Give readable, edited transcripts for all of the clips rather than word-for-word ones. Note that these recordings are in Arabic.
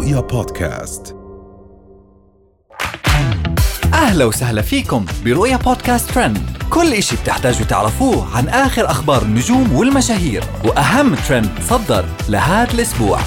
رؤيا بودكاست. أهلا وسهلا فيكم برؤيا بودكاست ترند، كل إشي بتحتاجوا تعرفوه عن آخر أخبار النجوم والمشاهير وأهم ترند صدر لهذا الأسبوع.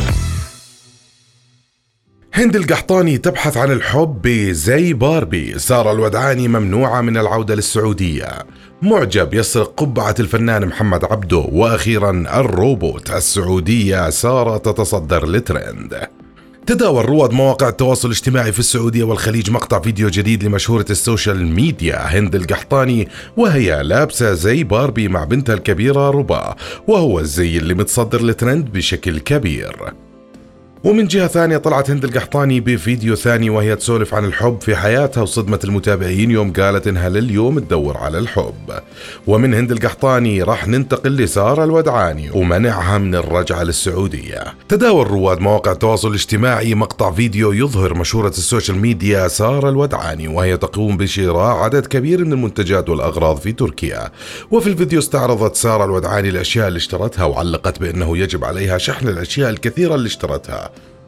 هند القحطاني تبحث عن الحب بزي باربي. سارة الودعاني ممنوعة من العودة للسعودية. معجب يسرق قبعة الفنان محمد عبده. وأخيرا الروبوت السعودية سارة تتصدر الترند. تداول رواد مواقع التواصل الاجتماعي في السعودية والخليج مقطع فيديو جديد لمشهورة السوشيال ميديا هند القحطاني وهي لابسة زي باربي مع بنتها الكبيرة ربا، وهو الزي اللي متصدر الترند بشكل كبير. ومن جهة ثانية طلعت هند القحطاني بفيديو ثاني وهي تسولف عن الحب في حياتها وصدمت المتابعين يوم قالت إنها لليوم تدور على الحب. ومن هند القحطاني راح ننتقل لسارة الودعاني ومنعها من الرجعة للسعودية. تداول رواد مواقع التواصل الاجتماعي مقطع فيديو يظهر مشهورة السوشيال ميديا سارة الودعاني وهي تقوم بشراء عدد كبير من المنتجات والأغراض في تركيا. وفي الفيديو استعرضت سارة الودعاني الأشياء اللي اشترتها وعلقت بأنه يجب عليها شحن الأشياء الكثيرة اللي اشترتها.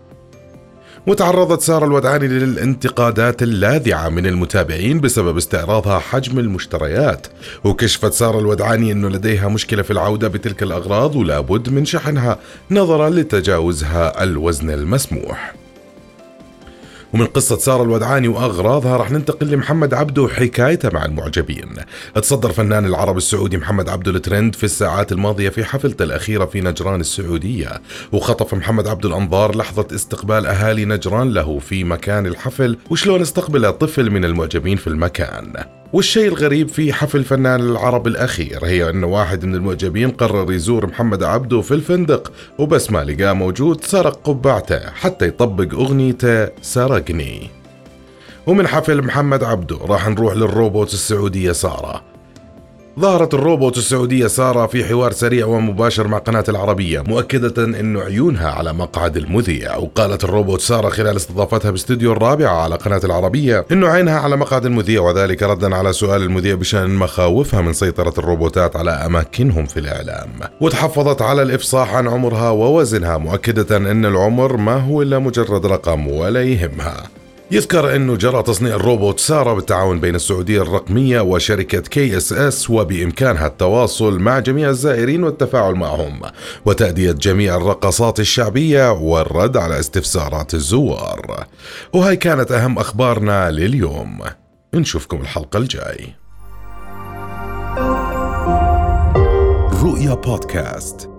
وتعرضت سارة الودعاني للانتقادات اللاذعة من المتابعين بسبب استعراضها حجم المشتريات. وكشفت سارة الودعاني أنه لديها مشكلة في العودة بتلك الأغراض ولا بد من شحنها نظرا لتجاوزها الوزن المسموح. ومن قصة سارة الودعاني وأغراضها رح ننتقل لمحمد عبده وحكايته مع المعجبين. تصدر فنان العرب السعودي محمد عبده الترند في الساعات الماضية في حفلته الأخيرة في نجران السعودية، وخطف محمد عبده الأنظار لحظة استقبال أهالي نجران له في مكان الحفل وشلون استقبل طفل من المعجبين في المكان. والشيء الغريب في حفل فنان العرب الأخير هي أنه واحد من المعجبين قرر يزور محمد عبده في الفندق وبس ما لقاه موجود سرق قبعته حتى يطبق أغنيته سرقني. ومن حفل محمد عبده راح نروح للروبوت السعودية سارة. ظهرت الروبوت السعودية سارة في حوار سريع ومباشر مع قناة العربية مؤكدة أنه عيونها على مقعد المذيع. وقالت الروبوت سارة خلال استضافتها باستوديو الرابعة على قناة العربية أنه عينها على مقعد المذيع، وذلك ردا على سؤال المذيع بشأن مخاوفها من سيطرة الروبوتات على أماكنهم في الإعلام. وتحفظت على الإفصاح عن عمرها ووزنها مؤكدة أن العمر ما هو إلا مجرد رقم ولا يهمها. يذكر أنه جرى تصنيع الروبوت سارة بالتعاون بين السعودية الرقمية وشركة KSS، وبإمكانها التواصل مع جميع الزائرين والتفاعل معهم وتأدية جميع الرقصات الشعبية والرد على استفسارات الزوار. وهي كانت أهم أخبارنا لليوم، نشوفكم الحلقة الجاي. رؤيا بودكاست.